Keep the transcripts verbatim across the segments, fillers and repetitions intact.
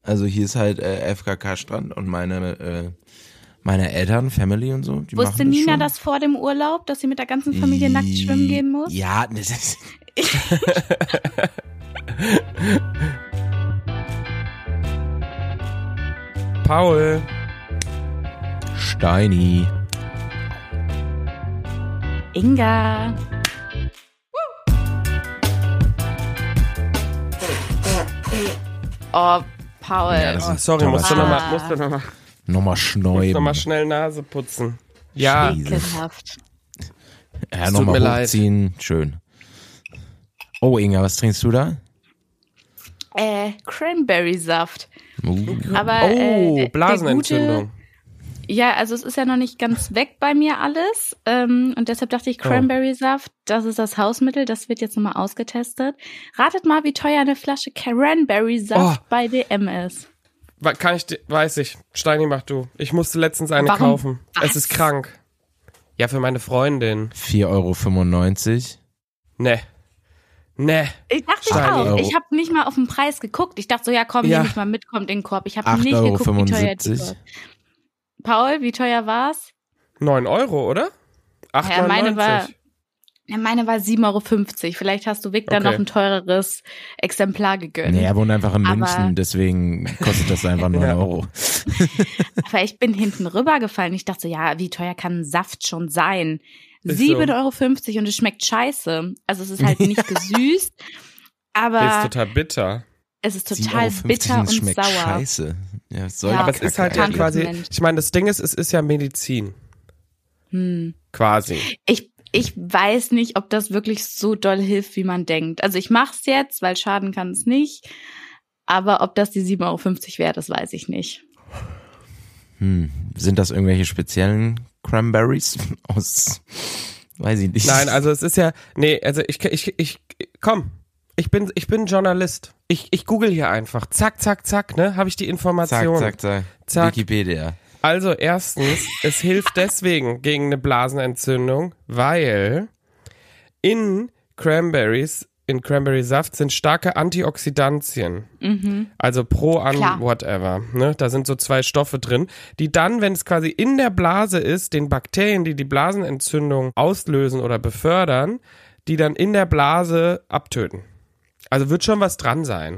Also hier ist halt äh, F K K-Strand und meine äh, meine Eltern, Family und so, die Wusste machen das Nina schon. das vor dem Urlaub, dass sie mit der ganzen Familie nackt schwimmen gehen muss? Ja, das ist Paul. Steini. Inga. Oh, Paul. Ja, das Oh, ist sorry, toller musst du Song. nochmal musst du noch mal, Nochmal musst schnäuben. noch mal schnell Nase putzen. Ja, Ekelhaft. Ja, Es tut nochmal mir leid. hochziehen. Schön. Oh, Inga, was trinkst du da? Äh, Cranberry-Saft. Uh. Aber, oh, äh, der- Blasenentzündung. Der gute, ja, also es ist ja noch nicht ganz weg bei mir alles. Ähm, und deshalb dachte ich, Cranberry-Saft, das ist das Hausmittel, das wird jetzt nochmal ausgetestet. Ratet mal, wie teuer eine Flasche Cranberry-Saft Oh. bei D M ist. Wa- Kann ich, di- weiß ich. Steini, mach du. Ich musste letztens eine Warum? kaufen. Was? Es ist krank. Ja, für meine Freundin. vier Euro fünfundneunzig. Ne. Ne. Ich dachte ich Steini. auch. Ich habe nicht mal auf den Preis geguckt. Ich dachte so, ja komm, Ja. nehme ich mal mit, kommt in den Korb. Ich habe acht nicht Euro geguckt, wie teuer die fünfundsiebzig. wird. Paul, wie teuer war's? neun Euro, oder? acht Ja, meine war, neunundneunzig. ja, meine war sieben Euro fünfzig. Vielleicht hast du Victor Okay. noch ein teureres Exemplar gegönnt. Nee, er wohnt einfach in Aber- München, deswegen kostet das einfach neun Ja. Euro. Aber ich bin hinten rübergefallen. Ich dachte so, ja, wie teuer kann ein Saft schon sein? Ist sieben so. Euro fünfzig und es schmeckt scheiße. Also es ist halt nicht gesüßt, Ist aber total bitter. es ist sieben total Euro fünfzig bitter und und es schmeckt sauer. scheiße. Ja, was soll Ja, die Aber es Kacke ist halt ja eigentlich? quasi, Mensch. ich meine, das Ding ist, es ist ja Medizin. Hm. Quasi. Ich, ich weiß nicht, ob das wirklich so doll hilft, wie man denkt. Also ich mach's jetzt, weil schaden kann es nicht. Aber ob das die sieben Euro fünfzig wert ist, weiß ich nicht. Hm. Sind das irgendwelche speziellen Cranberries aus, weiß ich nicht. Nein, also es ist ja, nee, also ich, ich, ich, komm, ich bin, ich bin Journalist. Ich, ich google hier einfach. Zack, zack, zack, ne, habe ich die zack, Information. zack, zack. Zack. Wikipedia. Also erstens, es hilft deswegen gegen eine Blasenentzündung, weil in Cranberries, in Cranberry-Saft sind starke Antioxidantien. Mhm. Also pro an Klar. whatever. Ne? Da sind so zwei Stoffe drin, die dann, wenn es quasi in der Blase ist, den Bakterien, die die Blasenentzündung auslösen oder befördern, die dann in der Blase abtöten. Also wird schon was dran sein.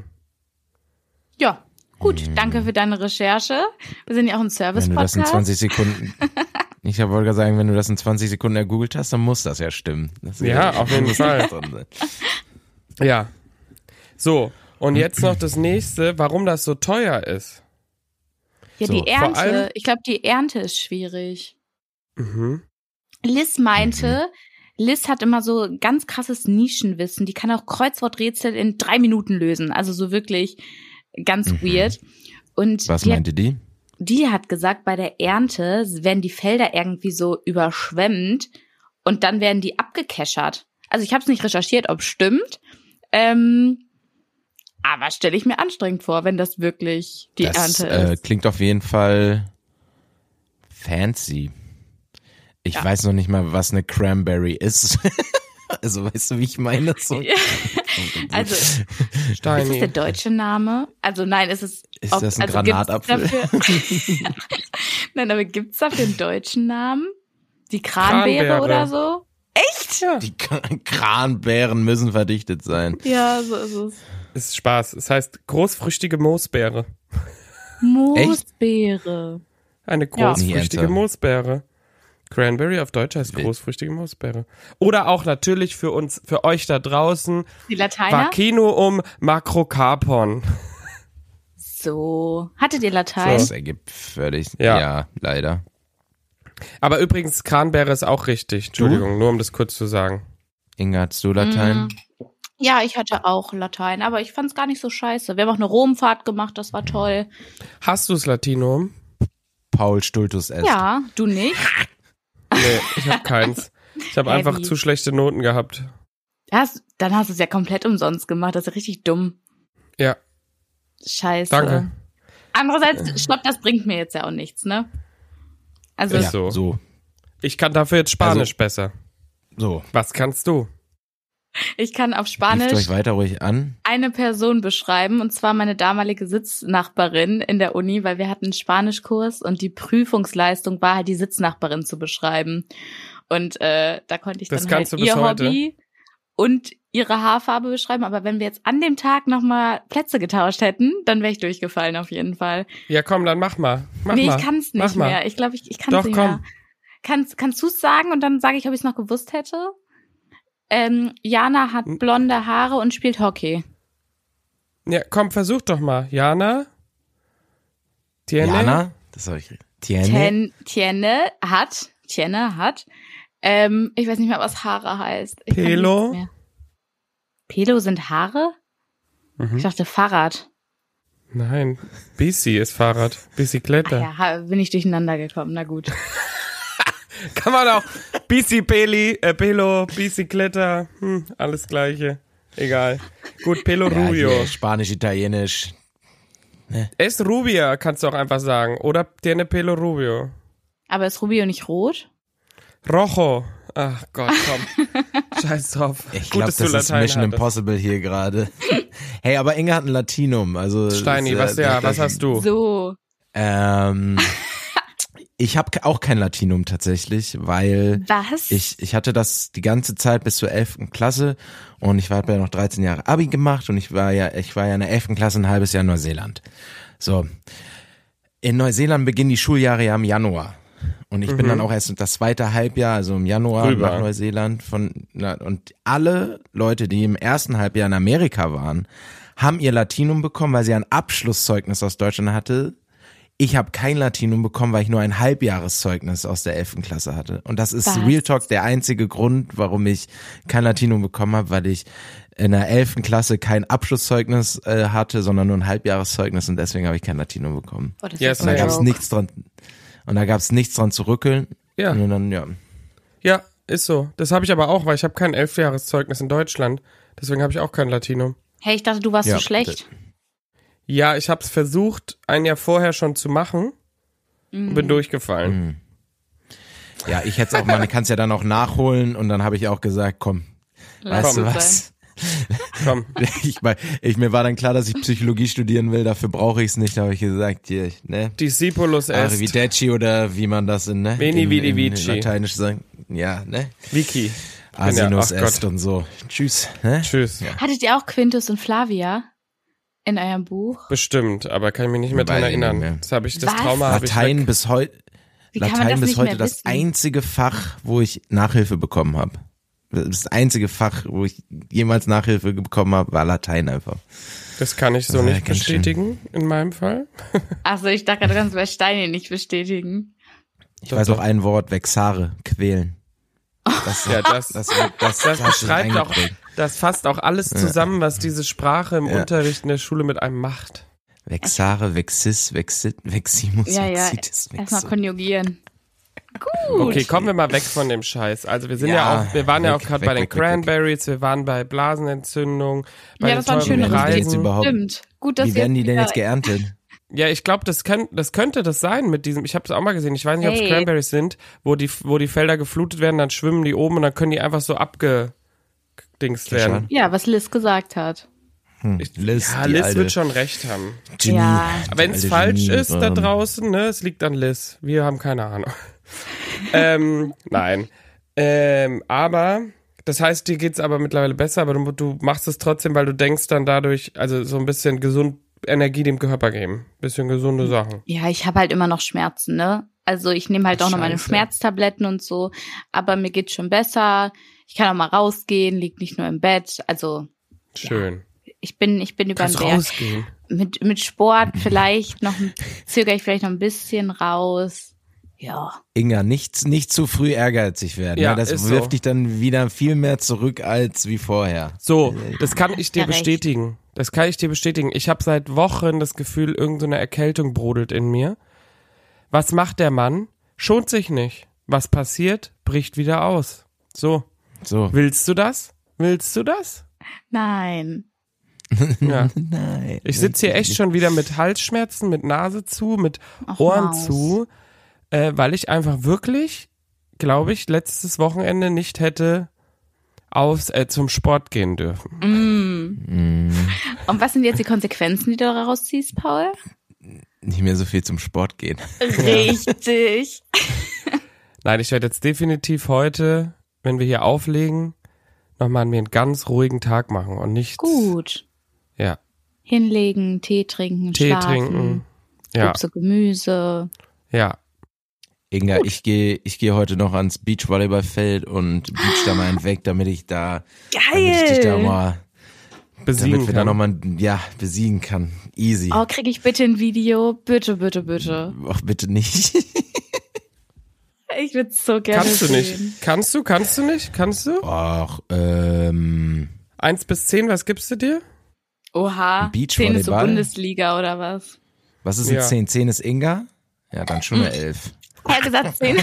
Ja, gut. Danke für deine Recherche. Wir sind ja auch ein Wenn du das in Service-Podcast. zwanzig Sekunden, ich wollte gerade sagen, wenn du das in zwanzig Sekunden ergoogelt hast, dann muss das ja stimmen. Das Ja, auf jeden muss Fall. dran sein. Ja. So, und jetzt noch das nächste, warum das so teuer ist. Ja, So, die vor Ernte. allem- Ich glaube, die Ernte ist schwierig. Mhm. Liz meinte, Liz hat immer so ganz krasses Nischenwissen. Die kann auch Kreuzworträtsel in drei Minuten lösen. Also so wirklich ganz Mhm. weird. Und Was die hat, meinte die? die hat gesagt, bei der Ernte werden die Felder irgendwie so überschwemmt und dann werden die abgekeschert. Also ich habe es nicht recherchiert, ob es stimmt. Ähm, aber stelle ich mir anstrengend vor, wenn das wirklich die das Ernte äh, ist. klingt auf jeden Fall fancy. Ich Ja. weiß noch nicht mal, was eine Cranberry ist. Also weißt du, wie ich meine? So. Also ist das der Steini. deutsche Name? Also nein, es ist Ist ob- das ein also gibt's Granatapfel? Dafür, nein, aber gibt's dafür einen deutschen Namen? Die Kranbeere Kranbeere. oder so? Echt? Ja. Die Kran- Kranbeeren müssen verdichtet sein. Ja, so ist es. Ist Spaß. Es heißt großfrüchtige Moosbeere. Moosbeere. Eine Ja. großfrüchtige Nie Ente. Moosbeere. Cranberry auf Deutsch heißt Wild. großfrüchtige Moosbeere. Oder auch natürlich für uns, für euch da draußen, Die Lateiner? Vaccinum macrocarpon. So. Hattet ihr Latein? Das ergibt völlig. Ja. Ja, leider. Aber übrigens, Cranbeere ist auch richtig. Entschuldigung, nur um das kurz zu sagen. Inga, hast du Latein? Mhm. Ja, ich hatte auch Latein, aber ich fand's gar nicht so scheiße. Wir haben auch eine Romfahrt gemacht, das war toll. Hast du das Latinum? Paul Stultus est. Ja, du nicht? Nee, ich habe keins. Ich habe Hä, einfach wie? zu schlechte Noten gehabt. Das, dann hast du es ja komplett umsonst gemacht. Das ist ja richtig dumm. Ja, Scheiße. danke. Andererseits, stopp, das bringt mir jetzt ja auch nichts, ne? Also, Ist Ja, so. so. Ich kann dafür jetzt Spanisch besser. So. Was kannst du? Ich kann auf Ruft Spanisch euch weiter ruhig an. eine Person beschreiben, und zwar meine damalige Sitznachbarin in der Uni, weil wir hatten einen Spanischkurs und die Prüfungsleistung war halt, die Sitznachbarin zu beschreiben. Und äh, da konnte ich Das dann kannst halt du bis ihr heute? Hobby und ihre Haarfarbe beschreiben. Aber wenn wir jetzt an dem Tag nochmal Plätze getauscht hätten, dann wäre ich durchgefallen auf jeden Fall. Ja, komm, dann mach mal. Mach nee, mal. ich kann es Mach nicht mal. mehr. Ich glaube, ich, ich kann Doch, es nicht komm. mehr. Kannst, kannst du es sagen und dann sage ich, ob ich es noch gewusst hätte? Ähm, Jana hat Hm. blonde Haare und spielt Hockey. Ja, komm, versuch doch mal. Jana? Tiene? Jana? Das habe ich. Tiene? Tien, Tiene hat, Tiene hat, ähm, ich weiß nicht mehr, was Haare heißt. Ich kann Pelo? nichts mehr. Pelo sind Haare? Mhm. Ich dachte Fahrrad. Nein, Bici ist Fahrrad. Bicicleta. Ah ja, ha- bin ich durcheinander gekommen, na gut. Kann man auch. Bici, Peli, äh, Pelo, Bicicleta, hm, alles Gleiche. Egal. Gut, Pelo Ja, Rubio. hier, Spanisch, Italienisch. Es Rubia, kannst du auch einfach sagen. Oder Tiene Pelo Rubio. Aber ist Rubio nicht rot? Rojo. Ach Gott, komm. Scheiß drauf. Ich Gut, glaube, dass das du ist Latein Mission hattest. Impossible hier gerade. Hey, aber Inge hat ein Latinum. Also Steini, ist, was, äh, ja, das- was hast du? So. Ähm, ich habe auch kein Latinum tatsächlich, weil Was? ich ich hatte das die ganze Zeit bis zur elften Klasse und ich habe ja noch dreizehn Jahre Abi gemacht und ich war ja ich war ja in der elften Klasse ein halbes Jahr in Neuseeland. So. In Neuseeland beginnen die Schuljahre ja im Januar. Und ich bin Mhm. dann auch erst das zweite Halbjahr, also im Januar Rüber. nach Neuseeland von na, und alle Leute, die im ersten Halbjahr in Amerika waren, haben ihr Latinum bekommen, weil sie ein Abschlusszeugnis aus Deutschland hatte. Ich habe kein Latinum bekommen, weil ich nur ein Halbjahreszeugnis aus der elften Klasse hatte. Und das ist Was? Real Talk der einzige Grund, warum ich kein Latinum bekommen habe, weil ich in der elften Klasse kein Abschlusszeugnis äh, hatte, sondern nur ein Halbjahreszeugnis und deswegen habe ich kein Latinum bekommen. Oh, das Ja, ist ist Und da Ja. gab es nichts dran. Und da gab es nichts dran zu rückeln. Ja. Und dann, ja. Ja, ist so. Das habe ich aber auch, weil ich habe kein Elfjahreszeugnis in Deutschland. Deswegen habe ich auch kein Latinum. Hey, ich dachte, du warst Ja, so schlecht. Ja, ich habe es versucht, ein Jahr vorher schon zu machen und bin durchgefallen. Ja, ich hätte es auch, man kann es ja dann auch nachholen und dann habe ich auch gesagt, komm, Lass weißt du gut was? Komm. Ich, mein, ich, mir war dann klar, dass ich Psychologie studieren will, dafür brauche ich es nicht, da habe ich gesagt, hier, ne? Discipulus est. Arrivederci oder wie man das in, ne? Veni, in, vidi, in vici. Lateinisch sagt. Ja, ne? Wiki. Asinus Ja, ach est und so. Tschüss. Ne? Tschüss. Hattet ihr auch Quintus und Flavia in eurem Buch? Bestimmt, aber kann ich mich nicht mehr dran Weiß ich nicht erinnern. mehr. Das habe ich, das Was? Trauma habe ich Latein weg. bis heute. Wie kann man Latein das bis nicht heute mehr das wissen? einzige Fach, wo ich Nachhilfe bekommen habe. Das einzige Fach, wo ich jemals Nachhilfe bekommen habe, war Latein einfach. Das kann ich so Das war nicht ganz schön. bestätigen, in meinem Fall. Achso, ich dachte gerade, du kannst bei Steini nicht bestätigen. Ich Doch, weiß doch. noch ein Wort, Vexare, quälen. Das, Ja, das, das, das, das hast du beschreibt auch, eingeprägt. das fasst auch alles zusammen, was diese Sprache im Ja. Unterricht in der Schule mit einem macht. Vexare, Vexis, Vexit, Veximus, Ja, ja, Vexitis, erstmal Vexo. konjugieren. Gut. Okay, kommen wir mal weg von dem Scheiß. Also wir sind ja, Ja, auch, wir waren ja weg, auch gerade weg, bei den weg, weg, weg. Cranberries, wir waren bei Blasenentzündung, bei Ja, den das waren teuren schöne Reisen. Reisen. Überhaupt- Stimmt. Gut, dass Wie wir werden die denn wieder- jetzt geerntet? Ja, ich glaube, das, könnt, das könnte das sein mit diesem, ich habe es auch mal gesehen, ich weiß nicht, ob es Hey. Cranberries sind, wo die, wo die Felder geflutet werden, dann schwimmen die oben und dann können die einfach so abgedingst Kichern. werden. Ja, was Liz gesagt hat. Hm. Liz, Ja, die Liz alte wird schon recht haben. Genie. Ja. Die Wenn es alte falsch Genie, ist da ähm, draußen, ne, es liegt an Liz. Wir haben keine Ahnung. ähm, nein. Ähm, aber, das heißt, dir geht's aber mittlerweile besser, aber du, du machst es trotzdem, weil du denkst dann dadurch, also so ein bisschen gesund Energie dem Körper geben. Bisschen gesunde Sachen. Ja, ich habe halt immer noch Schmerzen, ne? Also ich nehme halt auch noch meine Scheiße. Schmerztabletten und so, aber mir geht's schon besser. Ich kann auch mal rausgehen, lieg nicht nur im Bett. Also Schön. ich bin, ich bin über den Kannst Berg. rausgehen. Mit, mit Sport vielleicht noch, zögere ich vielleicht noch ein bisschen raus. Ja. Inga, nicht, nicht zu früh ehrgeizig werden. Ja, Ja, das ist wirft so. dich dann wieder viel mehr zurück als wie vorher. So, das kann ich dir Ja, recht. bestätigen. Das kann ich dir bestätigen. Ich habe seit Wochen das Gefühl, irgendeine Erkältung brodelt in mir. Was macht der Mann? Schont sich nicht. Was passiert? Bricht wieder aus. So. So. Willst du das? Willst du das? Nein. Ja. Nein. Ich sitze hier echt schon wieder mit Halsschmerzen, mit Nase zu, mit Ach, Ohren Maus. zu, äh, weil ich einfach wirklich, glaube ich, letztes Wochenende nicht hätte aufs, äh, zum Sport gehen dürfen. Mm. Mm. Und was sind jetzt die Konsequenzen, die du daraus ziehst, Paul? Nicht mehr so viel zum Sport gehen. Richtig. Nein, ich werde jetzt definitiv heute, wenn wir hier auflegen, nochmal mir einen ganz ruhigen Tag machen und nichts. Gut. Ja. Hinlegen, Tee trinken, Tee schlafen, trinken. Ja. Obst und Gemüse. Ja. Inga, ich gehe ich gehe heute noch ans Beachvolleyballfeld und beach da mal einen weg, damit ich da, damit ich dich da mal, Besiegen damit wir da kann. nochmal, ja, besiegen kann. Easy. Oh, krieg ich bitte ein Video? Bitte, bitte, bitte. Ach, bitte nicht. Ich würde so gerne Kannst du sehen. nicht? Kannst du? Kannst du nicht? Kannst du? Ach, ähm, Eins bis zehn, was gibst du dir? Oha, Beachvolleyball? zehn ist so Bundesliga oder was? was ist ein Ja. zehn? zehn ist Inga? Ja, dann schon eine elf. Er hat gesagt zehn.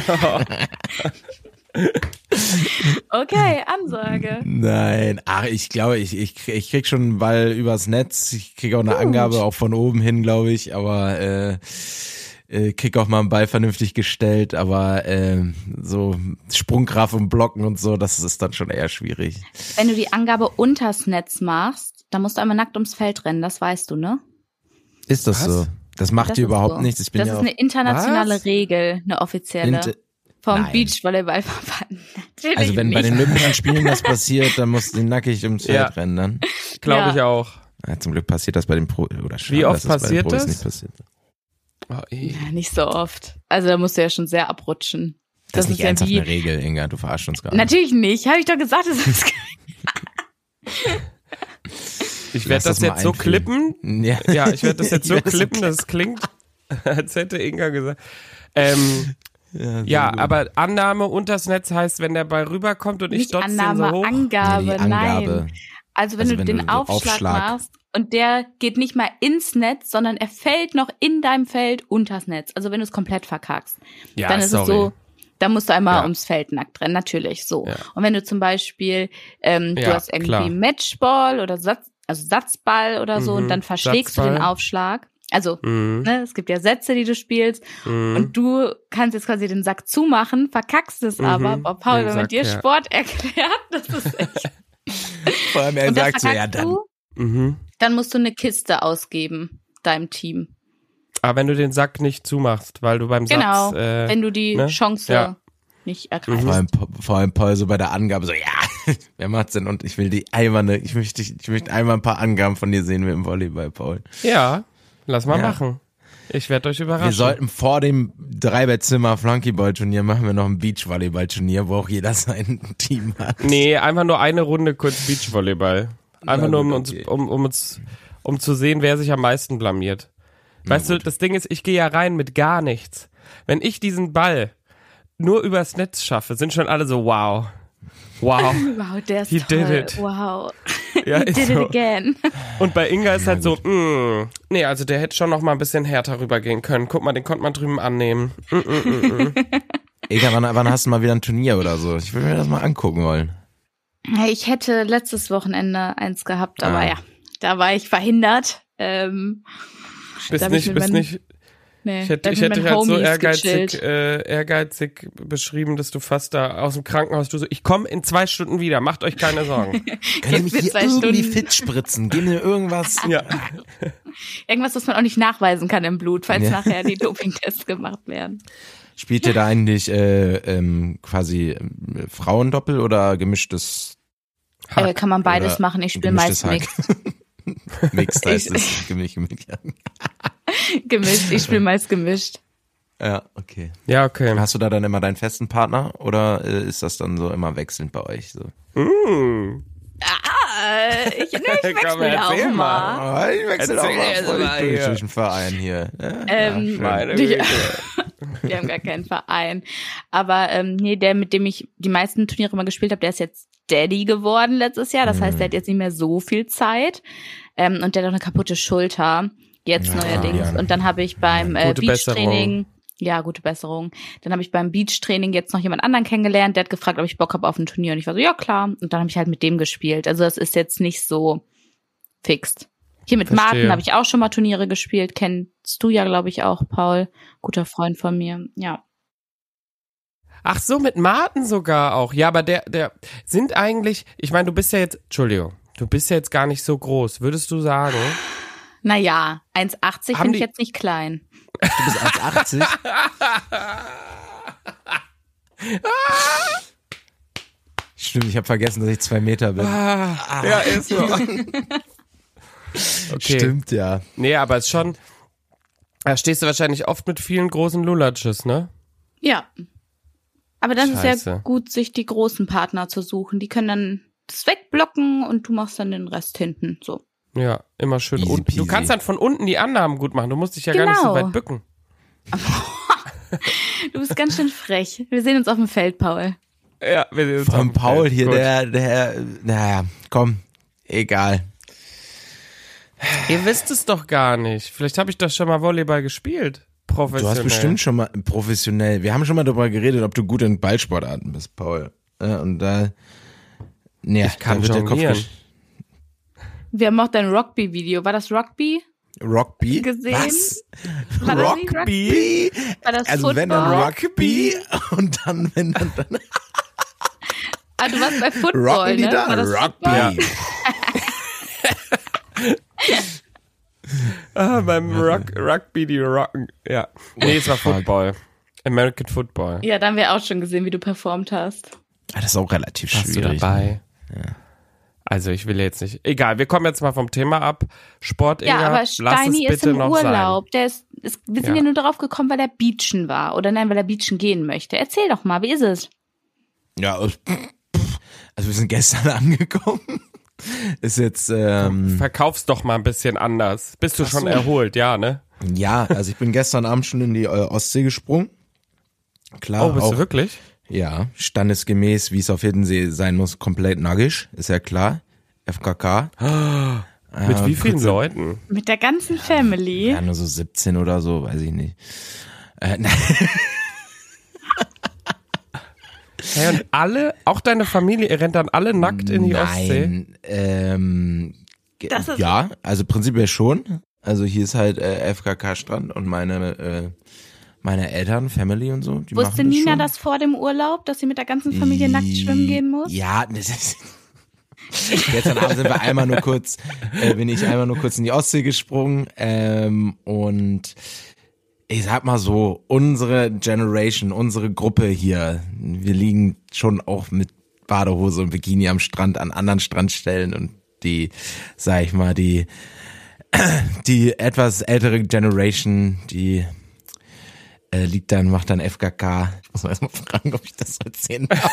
Okay, Ansage. Nein, ach, ich glaube, ich, ich, ich krieg schon einen Ball übers Netz. Ich krieg auch eine Angabe auch von oben hin, glaube ich, aber äh, äh, krieg auch mal einen Ball vernünftig gestellt, aber äh, so Sprungkraft und Blocken und so, das ist dann schon eher schwierig. Wenn du die Angabe unters Netz machst, dann musst du einmal nackt ums Feld rennen, das weißt du, ne? Ist das Was? so? Das macht Das dir ist überhaupt so. nichts. Ich bin Das ja ist auch eine internationale Was? Regel, eine offizielle. Inter- Vom Nein. Beachvolleyballverband. Natürlich also wenn nicht. bei den Olympischen Spielen das passiert, dann musst du nackig ums Feld Ja. rennen dann. Glaube Ja. ich auch. Ja, zum Glück passiert das bei den Pro oder schade, Wie oft dass es bei den passiert Profis das? Nicht passiert. Oh, ey. Ja, nicht so oft. Also da musst du ja schon sehr abrutschen. Das, ist nicht ja ernsthaft wie. eine Regel, Inga, du verarschst uns gerade. Natürlich nicht, habe ich doch gesagt, das ist Ich Lass werde das das mal jetzt so einfügen. klippen. Ja, Ja, ich werde das jetzt Ich so werd das so klippen, dass es klingt, als hätte Inga gesagt. Ähm, Ja, sehr ja, gut. aber Annahme unters Netz heißt, wenn der Ball rüberkommt und ich nicht dotze den Annahme, so hoch. Angabe, Ja, die Angabe. nein. Also wenn Also du wenn den du so Aufschlag, Aufschlag- machst und der geht nicht mal ins Netz, sondern er fällt noch in deinem Feld unters Netz. Also wenn du es komplett verkackst, Ja, dann ist sorry. es so, da musst du einmal Ja. ums Feld nackt rennen, natürlich so. Ja. Und wenn du zum Beispiel, ähm, du Ja, hast irgendwie klar. Matchball oder Satz, also Satzball oder so Mhm, und dann verschlägst du Satzball. den Aufschlag. Also, Mhm. ne, es gibt ja Sätze, die du spielst Mhm. und du kannst jetzt quasi den Sack zumachen, verkackst es Mhm, aber. Boah, Paul, den wenn man Sack, dir ja. Sport erklärt, das ist echt. Vor allem er Und das sagt so, ja verkackst dann. du, Mhm. dann musst du eine Kiste ausgeben, deinem Team. Aber wenn du den Sack nicht zumachst, weil du beim Genau, Satz, äh, wenn du die ne? Chance Ja. nicht ergreifst. Vor allem, vor allem Paul so bei der Angabe so, ja, wer macht's denn? Und ich will die einmal ne, ich möchte, ich möchte einmal ein paar Angaben von dir sehen mit dem Volleyball, Paul. ja, lass mal Ja. machen. Ich werde euch überraschen. Wir sollten vor dem Dreibettzimmer Flunkyball-Turnier machen wir noch ein Beachvolleyball-Turnier, wo auch jeder sein Team hat. Nee, einfach nur eine Runde kurz Beachvolleyball. Einfach Na nur, um gut, uns, okay. um, um uns, um zu sehen, wer sich am meisten blamiert. Weißt du, das Ding ist, ich gehe ja rein mit gar nichts. Wenn ich diesen Ball nur übers Netz schaffe, sind schon alle so, wow. Wow. Wow, der ist He toll. did it. Wow. Ja, He ist did so. it again. Und bei Inga ist halt so, mm, nee, also der hätte schon noch mal ein bisschen härter rübergehen können. Guck mal, den konnte man drüben annehmen. Mm, mm, mm, mm. Egal, wann, wann hast du mal wieder ein Turnier oder so? Ich würde mir das mal angucken wollen. Hey, ich hätte letztes Wochenende eins gehabt, aber Ah. ja, da war ich verhindert. Ähm, Bist Da hab ich nicht, mit bist meinen- nicht, nee, ich hätte, da hab ich mit hätte dich meinen halt so Homies ehrgeizig, gechillt. äh, ehrgeizig beschrieben, dass du fast da aus dem Krankenhaus, du so, ich komme in zwei Stunden wieder, macht euch keine Sorgen. Kann ich mich mir hier zwei irgendwie Stunden. fit spritzen? Gib mir irgendwas. Ja. Irgendwas, was man auch nicht nachweisen kann im Blut, falls Ja. nachher die Dopingtests gemacht werden. Spielt ihr da eigentlich äh, ähm, quasi äh, Frauendoppel oder gemischtes Hack. Äh, kann man beides oder machen. Ich spiele meist gemischtes Mix. Hack? Mixed heißt Ich- es. Gemisch, gemisch. Gemischt. Ich spiele meist gemischt. Ja, okay. Ja, okay. Hast du da dann immer deinen festen Partner oder äh, ist das dann so immer wechselnd bei euch? So? Mm. Ah, ich, ne, ich Komm, wechsle auch erzähl mal. mal. Oh, ich wechsle Erzähl auch mal jetzt voll mal durch, hier. durch den Verein hier. Ja, Ähm, ja, schön. Meine Die- Güte. Wir haben gar keinen Verein. Aber ähm, nee, der, mit dem ich die meisten Turniere immer gespielt habe, der ist jetzt Daddy geworden letztes Jahr. Das heißt, der hat jetzt nicht mehr so viel Zeit. Ähm, und der hat auch eine kaputte Schulter. Jetzt Ja, neuerdings. ja. Und dann habe ich beim äh, Gute Beachtraining, ja, gute Besserung. Dann habe ich beim Beachtraining jetzt noch jemand anderen kennengelernt, der hat gefragt, ob ich Bock habe auf ein Turnier. Und ich war so, ja klar. Und dann habe ich halt mit dem gespielt. Also das ist jetzt nicht so fixt. Hier mit Verstehe. Martin habe ich auch schon mal Turniere gespielt. Kennst du ja, glaube ich, auch, Paul. Guter Freund von mir. Ja. Ach so, mit Martin sogar auch. Ja, aber der, der sind eigentlich, ich meine, du bist ja jetzt, Entschuldigung, du bist ja jetzt gar nicht so groß. Würdest du sagen? Naja, eins achtzig Haben finde ich die- jetzt nicht klein. Du bist eins achtzig. Stimmt, ich habe vergessen, dass ich zwei Meter bin. Ah, ja, ist so. Okay. Stimmt, ja. Nee, aber es ist schon, da stehst du wahrscheinlich oft mit vielen großen Lulatsches, ne? Ja. Aber dann ist es ja Scheiße. gut, sich die großen Partner zu suchen. Die können dann das wegblocken und du machst dann den Rest hinten. So. Ja, immer schön Easy unten. Du peasy. kannst dann von unten die Annahmen gut machen. Du musst dich ja gar nicht so Genau. weit bücken. Du bist ganz schön frech. Wir sehen uns auf dem Feld, Paul. Ja, wir sehen uns Von am Paul Feld. hier, Gut. der, der, naja, komm, egal. Ihr wisst es doch gar nicht. Vielleicht habe ich doch schon mal Volleyball gespielt. Du Professionell. hast bestimmt schon mal professionell, wir haben schon mal darüber geredet, ob du gut in Ballsportarten bist, Paul. Ja, und da, nee, Ich kann da wird der Kopf jonglieren. gesch- Wir haben auch dein Rugby-Video. War das Rugby? Rugby? Gesehen? Was? War das nicht Rugby? War das Also Football? wenn dann Rugby und dann, wenn dann, dann Ah, du warst bei Football, Rocken die ne? da? War das Rugby. Football? Ah, beim Rock, Rugby, die rocken. Ja. Nee, es war fuck. Football. American Football. Ja, da haben wir auch schon gesehen, wie du performt hast. Ah, das ist auch relativ Warst du schwierig. dabei? Also ich will jetzt nicht. Egal, wir kommen jetzt mal vom Thema ab. Sport, Inga, Ja, aber lass es Steini bitte ist im noch Urlaub. Der ist, ist, wir sind Ja. ja. nur darauf gekommen, weil er beachen war. Oder nein, weil er beachen gehen möchte. Erzähl doch mal, wie ist es? Ja, also wir sind gestern angekommen. Ist jetzt, ähm, sein. Verkauf's doch mal ein bisschen anders. Bist du Ach schon so. erholt, ja, ne? ja, also ich bin gestern Abend schon in die äh, Ostsee gesprungen. Klar, Oh, bist auch, du wirklich? ja, standesgemäß, wie es auf Hiddensee sein muss, komplett nackig, ist ja klar. F K K. Mit Ja, wie vielen kurze- Leuten? Mit der ganzen Family? Ja, nur so siebzehn oder so, weiß ich nicht. Äh, nein. Hey, und alle, auch deine Familie, ihr rennt dann alle nackt in die Ostsee? Nein, ähm, ge- Das ist- ja, also prinzipiell schon. Also hier ist halt äh, F K K-Strand und meine äh, meine Eltern, Family und so. Die Wusste machen das Nina schon. das vor dem Urlaub, dass sie mit der ganzen Familie nackt schwimmen gehen muss? Ja, das ist, gestern Abend sind wir einmal nur kurz, äh, bin ich einmal nur kurz in die Ostsee gesprungen ähm, und ich sag mal so, unsere Generation, unsere Gruppe hier, wir liegen schon auch mit Badehose und Bikini am Strand an anderen Strandstellen und die, sag ich mal, die die etwas ältere Generation, die äh, liegt dann, macht dann F K K. Ich muss mal erstmal fragen, ob ich das so erzählen darf.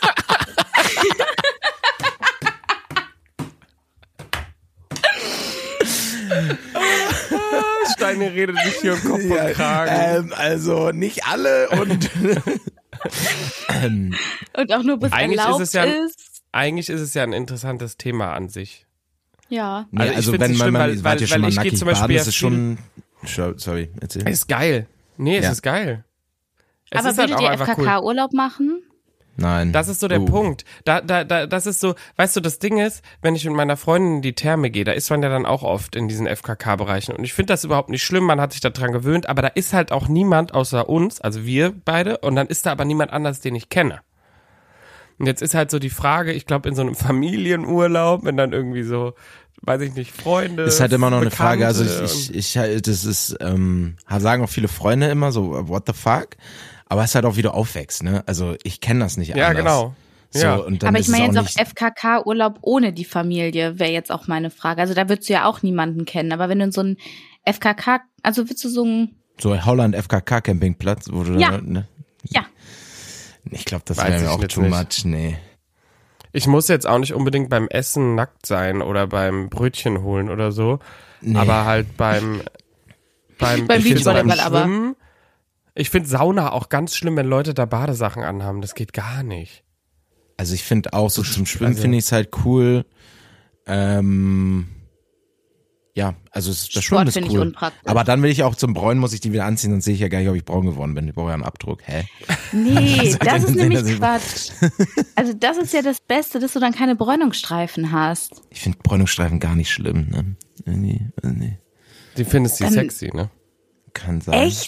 Steini redet sich hier um Kopf und Kragen. Ähm, also nicht alle und ähm, Und auch nur bis Eigentlich erlaubt ist es ja- ist? Eigentlich ist es ja ein interessantes Thema an sich. Ja. nee, Also ich also find's wenn nicht man schlimm, mal, weil- wart ihr weil- schon mal weil ich geh nackig zum Beispiel baden, ja das ist viel- schon, sorry, erzähl. Ist geil. Nee, es Ja. ist geil. Es Aber ist halt würdet auch ihr einfach F K K-Urlaub machen? Nein. Das ist so der Oh. Punkt. Da, da, da, das ist so, weißt du, das Ding ist, wenn ich mit meiner Freundin in die Therme gehe, da ist man ja dann auch oft in diesen F K K-Bereichen. Und ich finde das überhaupt nicht schlimm, man hat sich daran gewöhnt, aber da ist halt auch niemand außer uns, also wir beide, und dann ist da aber niemand anders, den ich kenne. Und jetzt ist halt so die Frage, ich glaube, in so einem Familienurlaub, wenn dann irgendwie so, weiß ich nicht, Freunde. Ist halt immer noch eine Frage, also Bekannte ich, ich, ich das ist, ähm, sagen auch viele Freunde immer so, what the fuck? Aber es ist halt auch, wie du aufwächst, ne? Also ich kenne das nicht und, Ja, anders. genau. So, Ja. und dann Aber ist ich meine es jetzt auch auch nicht, F K K-Urlaub ohne die Familie wäre jetzt auch meine Frage. Also da würdest du ja auch niemanden kennen. Aber wenn du in so ein F K K, also würdest du so ein, so Holland F K K Campingplatz, wo du Ja. dann, ne? ja, Ich glaube, das Weiß wäre ich mir auch jetzt too nicht. much, nee. Ich muss jetzt auch nicht unbedingt beim Essen nackt sein oder beim Brötchen holen oder so. Nee. Aber halt beim beim, Beim ich find's Beachvolleyball beim aber. Schwimmen. Ich finde Sauna auch ganz schlimm, wenn Leute da Badesachen anhaben. Das geht gar nicht. Also ich finde auch so zum Schwimmen also- finde ich es halt cool. Ähm, ja, also es, das Schwimmen Sport ist finde ich cool. unpraktisch. Aber dann will ich auch zum Bräunen, muss ich die wieder anziehen, sonst sehe ich ja gar nicht, ob ich braun geworden bin. Ich brauche ja einen Abdruck. Hä? nee, das denn ist Sinn, nämlich dass ich- Quatsch. Also das ist ja das Beste, dass du dann keine Bräunungsstreifen hast. Ich finde Bräunungsstreifen gar nicht schlimm, ne? Irgendwie, also nee. Die findest du Dann- sexy, ne? Kann sein. Echt?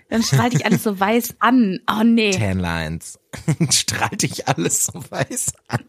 Dann strahlt dich alles so weiß an. Oh nee. Tan Lines. Strahlt dich alles so weiß an.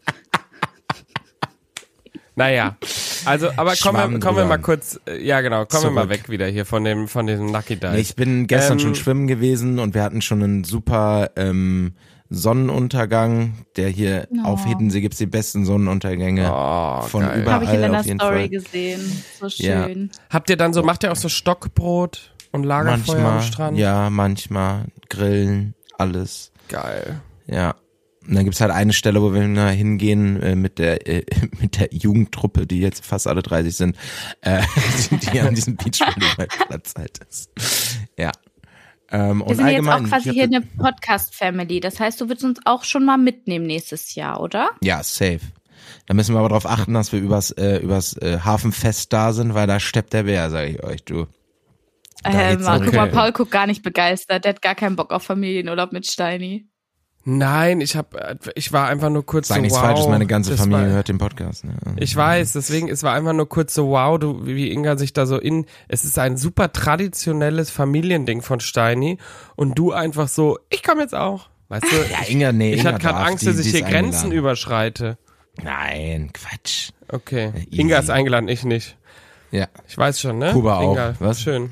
Naja, also, aber kommen wir, kommen wir mal kurz, ja genau, kommen Zurück. wir mal weg wieder hier von dem, von diesem Lucky Dice. Ich bin gestern Ähm, schon schwimmen gewesen und wir hatten schon einen super ähm, Sonnenuntergang, der hier Oh. auf Hiddensee gibt's die besten Sonnenuntergänge Oh, von geil. überall Habe ich in deiner auf jeden Story Fall. gesehen. So Ja. schön. Habt ihr dann so, macht ihr auch so Stockbrot und Lagerfeuer am Manchmal, Strand? ja, manchmal Grillen, alles. Geil. Ja. Und dann gibt's halt eine Stelle, wo wir da hingehen äh, mit der äh, mit der Jugendtruppe, die jetzt fast alle dreißig sind, äh, die, die an diesem Beachvolleyballplatz halt ist. Ja. Ähm, Wir und sind jetzt allgemein, auch quasi ich hier hatte- eine Podcast-Family. Das heißt, du würdest uns auch schon mal mitnehmen nächstes Jahr, oder? Ja, safe. Da müssen wir aber darauf achten, dass wir übers äh, übers äh, Hafenfest da sind, weil da steppt der Bär, sage ich euch, du. Da Ähm, geht's guck okay. mal, Paul guckt gar nicht begeistert. Der hat gar keinen Bock auf Familienurlaub mit Steini. Nein, ich hab, ich war einfach nur kurz Sag so, nichts wow. Falsches, meine ganze das Familie war, hört den Podcast. Ne? Ich weiß, deswegen, es war einfach nur kurz so, wow, du, wie Inga sich da so in, es ist ein super traditionelles Familiending von Steini und du einfach so, ich komme jetzt auch. Weißt du, Ja, Inga, nee, ich Inga hatte gerade darf, Angst, die- dass ich die hier ist Grenzen eingeladen. überschreite. Nein, Quatsch. Okay. Easy. Inga ist eingeladen, ich nicht. Ja. Ich weiß schon, ne? Kuba auch, Inga, was? Schön.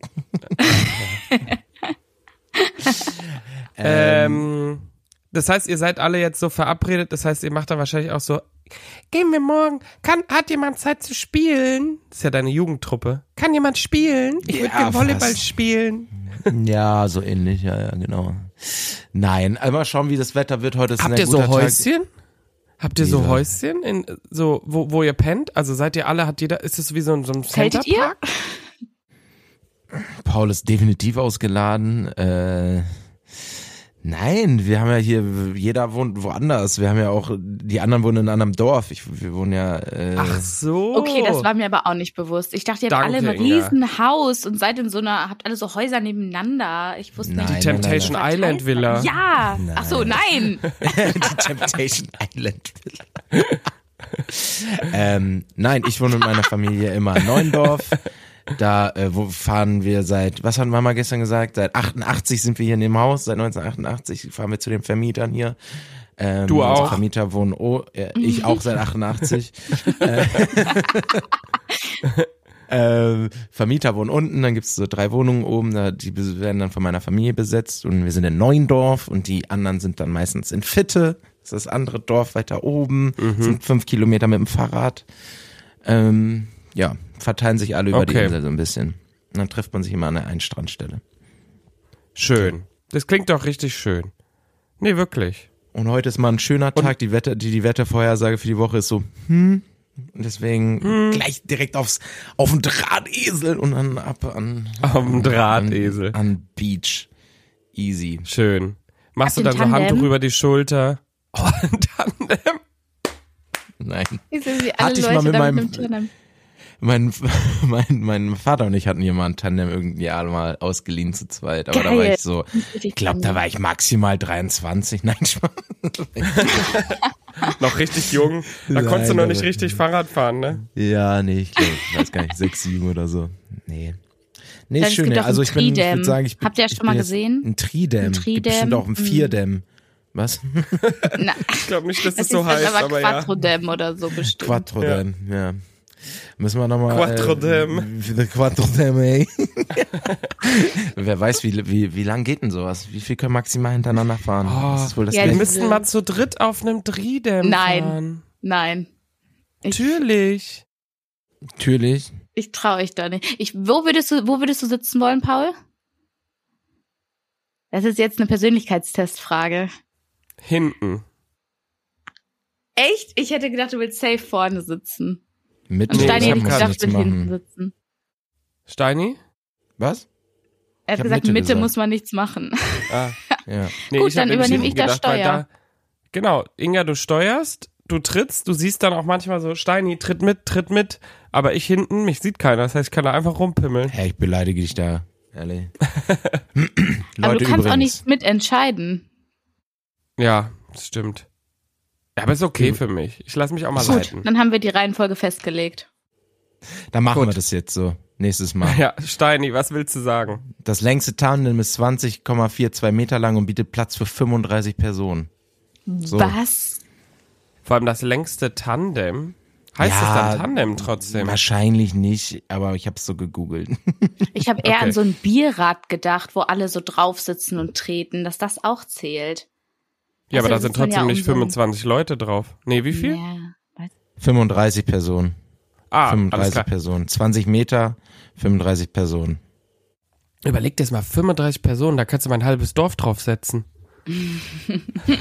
ähm, das heißt, ihr seid alle jetzt so verabredet, das heißt, ihr macht da wahrscheinlich auch so, gehen wir morgen, kann, hat jemand Zeit zu spielen? Das ist ja deine Jugendtruppe. Kann jemand spielen? Ich würde Ja, gerne Volleyball fast. spielen. Ja, so ähnlich, ja, ja, genau. Nein, einmal schauen, wie das Wetter wird. Heute ist Habt ein ihr so guter Häuschen? Habt ihr so Wie, Häuschen, in, so, wo, wo ihr pennt? Also seid ihr alle, hat jeder, ist es wie so ein, so ein Zeltet ihr? Centerpark? Tag. Paul ist definitiv ausgeladen. Äh, nein, wir haben ja hier, jeder wohnt woanders. Wir haben ja auch, die anderen wohnen in einem anderen Dorf. Ich, wir wohnen ja. Äh, Ach so. Okay, das war mir aber auch nicht bewusst. Ich dachte, ihr habt Danke, alle ein Inga. riesen Haus und seid in so einer, habt alle so Häuser nebeneinander. Ich wusste Nein, nicht. Die Temptation Verteilt Island seid. Villa. Ja. Nein. Ach so, nein. die Temptation Island Villa. ähm, nein, ich wohne mit meiner Familie immer in Neuendorf. Da äh, wo fahren wir seit, was hat Mama gestern gesagt? Seit achtundachtzig sind wir hier in dem Haus. Seit neunzehnhundertachtundachtzig fahren wir zu den Vermietern hier. Ähm, Du auch? unsere Vermieter wohnen, oh, äh, ich auch seit achtundachtzig. äh, äh, Vermieter wohnen unten, dann gibt's so drei Wohnungen oben, da, die bes- werden dann von meiner Familie besetzt und wir sind in Neuendorf und die anderen sind dann meistens in Vitte, das ist das andere Dorf weiter oben, Mhm. sind fünf Kilometer mit dem Fahrrad. Ähm, ja, verteilen sich alle über die Okay. Insel so ein bisschen. Und dann trifft man sich immer an der einen Strandstelle. Schön. Das klingt doch richtig schön. Nee, wirklich. Und heute ist mal ein schöner Tag, die Wetter, die, die Wettervorhersage für die Woche ist so, hm, und deswegen Hm. gleich direkt aufs, auf den Drahtesel und dann ab an, Auf dem Drahtesel. An, an Beach. Easy. Schön. Machst du Habt dann ihr so ein Tandem? Handtuch über die Schulter? Oh, ein Tandem. Nein. Wie sind sie alle Hatte ich Leute mal mit da meinem- mit einem Tandem? Mein, mein, mein Vater und ich hatten hier mal ein Tandem irgendwie Jahr mal ausgeliehen zu zweit. Aber da war Geil. ich so, ich glaube, da war ich maximal dreiundzwanzig. Nein, Spaß. Noch richtig jung. Da konntest du noch Nein, nicht aber- richtig Fahrrad fahren, ne? Ja, nee, ich glaube, ich weiß gar nicht, sechs, sieben oder so. Nee. Nee, Dann, ist es schön, gibt ja. auch Also einen ich bin, ich Tridem. würde sagen, ich bin, Habt ihr das ich schon mal bin jetzt gesehen? Ein Tridem. Ein Gibt Tridem? bestimmt auch ein Mhm. Vierdem. Was? Na, Ich glaube nicht, dass das das so ist heißt, dann aber aber ja. Quattro-Dem oder so bestimmt. Quattrodem, ja. Müssen wir nochmal. Quattrodem. Äh, Quattrodem, ey. Wer weiß, wie, wie, wie lang geht denn sowas? Wie viel können maximal hintereinander fahren? Oh, das ist wohl das ja, Wir Beste. müssten mal zu dritt auf einem Tridem Nein. fahren. Nein. Ich, Natürlich. Natürlich. ich traue euch da nicht. Ich, wo würdest du, wo würdest du sitzen wollen, Paul? Das ist jetzt eine Persönlichkeitstestfrage. Hinten. Echt? Ich hätte gedacht, du willst safe vorne sitzen. Mit Und Nee, Steini ich hätte hab ich grad gedacht, nichts will hinten machen. sitzen. Steini? Was? Er hat Ich hab gesagt, Mitte Mitte, gesagt. muss man nichts machen. Ah. Ja. Nee, Gut, ich hab dann nämlich übernehme hinten ich das gedacht, weil Steuer. Da, genau, Inga, du steuerst, du trittst, du siehst dann auch manchmal so, Steini, tritt mit, tritt mit, aber ich hinten, mich sieht keiner, das heißt, ich kann da einfach rumpimmeln. Hä, ich beleidige dich da. Ehrlich. Aber Leute, du kannst übrigens. auch nicht mitentscheiden. Ja, das stimmt. Ja, aber ist okay Üb- für mich. Ich lasse mich auch mal Gut, leiten. dann haben wir die Reihenfolge festgelegt. Dann machen Gut. wir das jetzt so. Nächstes Mal. Ja, Steini, was willst du sagen? Das längste Tandem ist zwanzig Komma zweiundvierzig Meter lang und bietet Platz für fünfunddreißig Personen. So. Was? Vor allem das längste Tandem. Heißt Ja, das dann Tandem trotzdem? Wahrscheinlich nicht, aber ich habe es so gegoogelt. Ich habe eher Okay. an so ein Bierrad gedacht, wo alle so drauf sitzen und treten, dass das auch zählt. Ja, aber Also, da sind sitzt man trotzdem ja nicht um so ein- fünfundzwanzig Leute drauf. Nee, wie viel? Ja, weiß- fünfunddreißig Personen. Ah, alles fünfunddreißig klar. Personen. zwanzig Meter, fünfunddreißig Personen. Überleg dir das mal, fünfunddreißig Personen, da kannst du mein halbes Dorf draufsetzen. Ich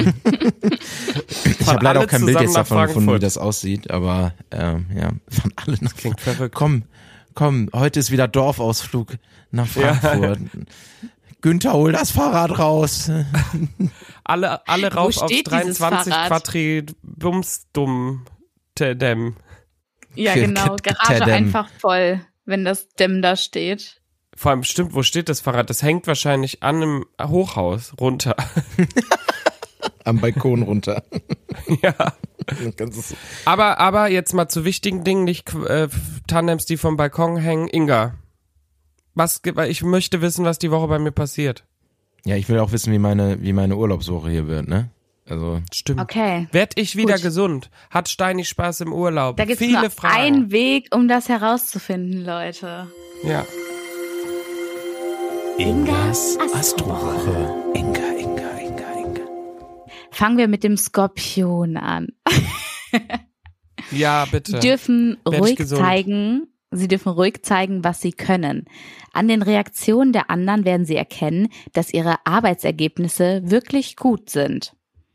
habe leider alle auch kein Bild jetzt zusammen nach davon gefunden, wie Frankfurt. das aussieht, aber ähm, ja, von alle nach Klingt verrückt. Komm, komm, heute ist wieder Dorfausflug nach Frankfurt. Günther, hol das Fahrrad raus. Alle, alle rauf Wo auf steht dieses dreiundzwanzig Fahrrad? Quadri Bumsdumm Tedem. Ja, K- genau. K- Garage Tadam. einfach voll, wenn das Dem da steht. Vor allem stimmt, wo steht das Fahrrad? Das hängt wahrscheinlich an einem Hochhaus runter. Am Balkon runter. Ja. Ganzes Aber, aber jetzt mal zu wichtigen Dingen, nicht äh, Tandems, die vom Balkon hängen. Inga, was, ge- weil ich möchte wissen, was die Woche bei mir passiert. Ja, ich will auch wissen, wie meine, wie meine Urlaubswoche hier wird, ne? Also, Stimmt. Okay. Werd ich wieder Gut. gesund? Hat Steini Spaß im Urlaub? Da gibt es Viele nur Fragen. einen Weg, um das herauszufinden, Leute. Ja. Ingas Astrowoche. Inga, Inga, Inga, Inga. Fangen wir mit dem Skorpion an. Ja, bitte. Sie dürfen Werd ich ruhig gesund. zeigen, sie dürfen ruhig zeigen, was sie können. An den Reaktionen der anderen werden sie erkennen, dass ihre Arbeitsergebnisse wirklich gut sind.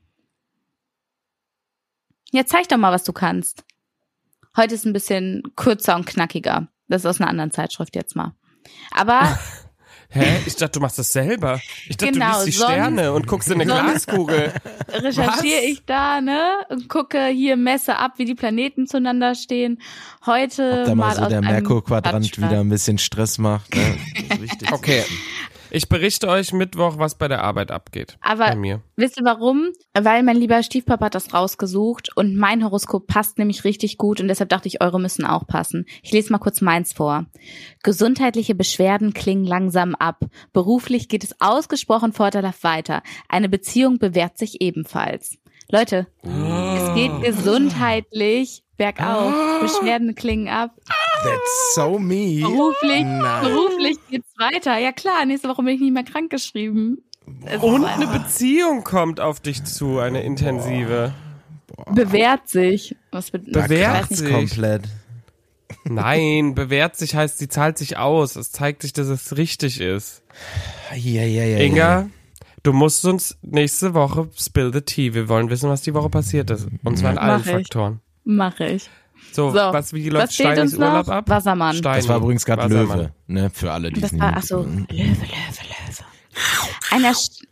Ja, zeig doch mal, was du kannst. Heute ist ein bisschen kürzer und knackiger. Das ist aus einer anderen Zeitschrift jetzt mal. Aber Hä? Ich dachte, du machst das selber. Ich dachte, Genau, du liest die sonst- Sterne und guckst in eine sonst- Glaskugel. recherchiere Was? ich da, ne? Und gucke hier, messe ab, wie die Planeten zueinander stehen. Heute Ob da mal mal so aus der einem Merkur-Quadrant Blattschlag. wieder ein bisschen Stress macht, ne? Das ist wichtig. Okay. Ich berichte euch Mittwoch, was bei der Arbeit abgeht. Aber Bei mir. wisst ihr warum? Weil mein lieber Stiefpapa hat das rausgesucht und mein Horoskop passt nämlich richtig gut und deshalb dachte ich, eure müssen auch passen. Ich lese mal kurz meins vor. Gesundheitliche Beschwerden klingen langsam ab. Beruflich geht es ausgesprochen vorteilhaft weiter. Eine Beziehung bewährt sich ebenfalls. Leute, es geht gesundheitlich bergauf. Beschwerden klingen ab. That's so me. Beruflich, Nein. beruflich geht's weiter. Ja klar, nächste Woche bin ich nicht mehr krankgeschrieben. Es Und ist eine Beziehung kommt auf dich zu, eine intensive. bewährt sich. Was be Bewährt ich weiß nicht. sich. Komplett. Nein, bewährt sich heißt, sie zahlt sich aus. Es zeigt sich, dass es richtig ist. Ja, ja, ja. Inga, du musst uns nächste Woche spill the tea. Wir wollen wissen, was die Woche passiert ist. Und zwar in allen Mach ich. Faktoren. Mache ich. So, So, was, wie läuft was steht Steinis uns noch? Urlaub ab? Wassermann. Steini. Das war übrigens gerade Wassermann. Löwe, ne? Für alle, die es Das nicht war, ach so, mitbekommen. Löwe, Löwe, Löwe. Einer Sch-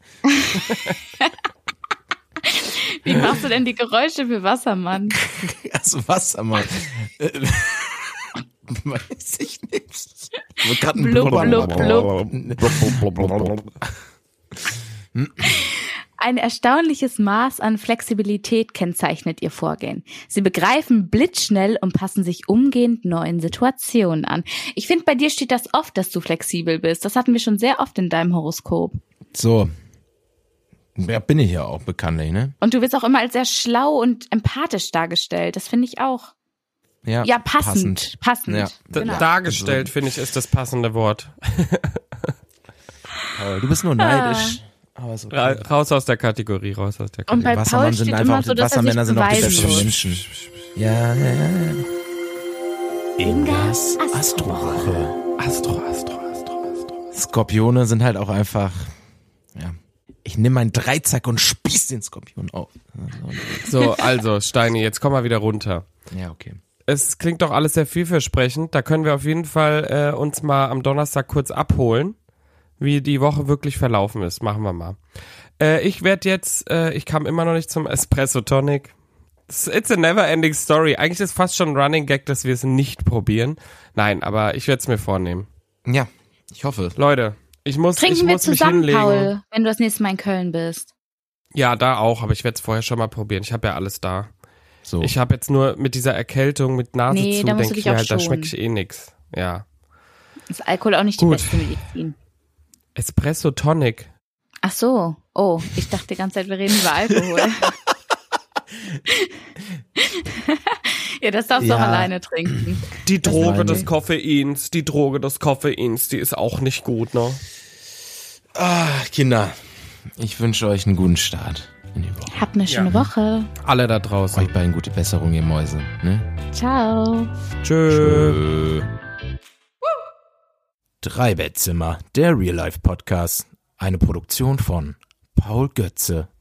Wie machst du denn die Geräusche für Wassermann? Also Wassermann. Äh, Weiß ich nicht. Ich wollte grad ein Blub, Blubber- blub, Ein erstaunliches Maß an Flexibilität kennzeichnet ihr Vorgehen. Sie begreifen blitzschnell und passen sich umgehend neuen Situationen an. Ich finde, bei dir steht das oft, dass du flexibel bist. Das hatten wir schon sehr oft in deinem Horoskop. So. Ja, bin ich ja auch bekanntlich, ne? Und du wirst auch immer als sehr schlau und empathisch dargestellt. Das finde ich auch. Ja, passend. Passend. Ja. D- Genau. Dargestellt, finde ich, ist das passende Wort. Aber du bist nur neidisch. Aber so. Ra raus aus der Kategorie, raus aus der Und Kategorie. bei Paul Wassermann steht sind immer einfach, so, dass er sich Wassermänner sind auch die beweisen besseren muss. Menschen. Ja, ja, ja. ja. Ingas Astrowoche. Astro, Astro, Astro, Astro. Skorpione sind halt auch einfach, ja. Ich nehme meinen Dreizack und spieß den Skorpion auf. So, also, Steini, jetzt komm mal wieder runter. Ja, okay. Es klingt doch alles sehr vielversprechend. Da können wir auf jeden Fall äh, uns mal am Donnerstag kurz abholen, wie die Woche wirklich verlaufen ist. Machen wir mal. Äh, ich werde jetzt, äh, ich kam immer noch nicht zum Espresso Tonic. It's, it's a never ending story. Eigentlich ist fast schon ein Running Gag, dass wir es nicht probieren. Nein, aber ich werde es mir vornehmen. Ja, ich hoffe. Leute, ich muss, ich Trinken wir muss mich zusammen, hinlegen. Paul, wenn du das nächste Mal in Köln bist. Ja, da auch, aber ich werde es vorher schon mal probieren. Ich habe ja alles da. So. Ich habe jetzt nur mit dieser Erkältung, mit Nase Nee, zu, da musst denke du ich dich mir auch halt, da schonen. schmecke ich eh nix. Ja. Ist Alkohol auch nicht die Gut. beste Medizin. Espresso Tonic. Ach so. Oh, ich dachte die ganze Zeit, wir reden über Alkohol. Ja, das darfst du Ja. auch alleine trinken. Die Droge meine des ich. Koffeins, die Droge des Koffeins, die ist auch nicht gut, ne? Ah, Kinder, ich wünsche euch einen guten Start in die Woche. Habt eine schöne Woche. Alle da draußen. Euch beiden gute Besserung, ihr Mäuse. Ne? Ciao. Tschö. Tschö. Drei Bettzimmer, der Real Life Podcast. Eine Produktion von Paul Götze.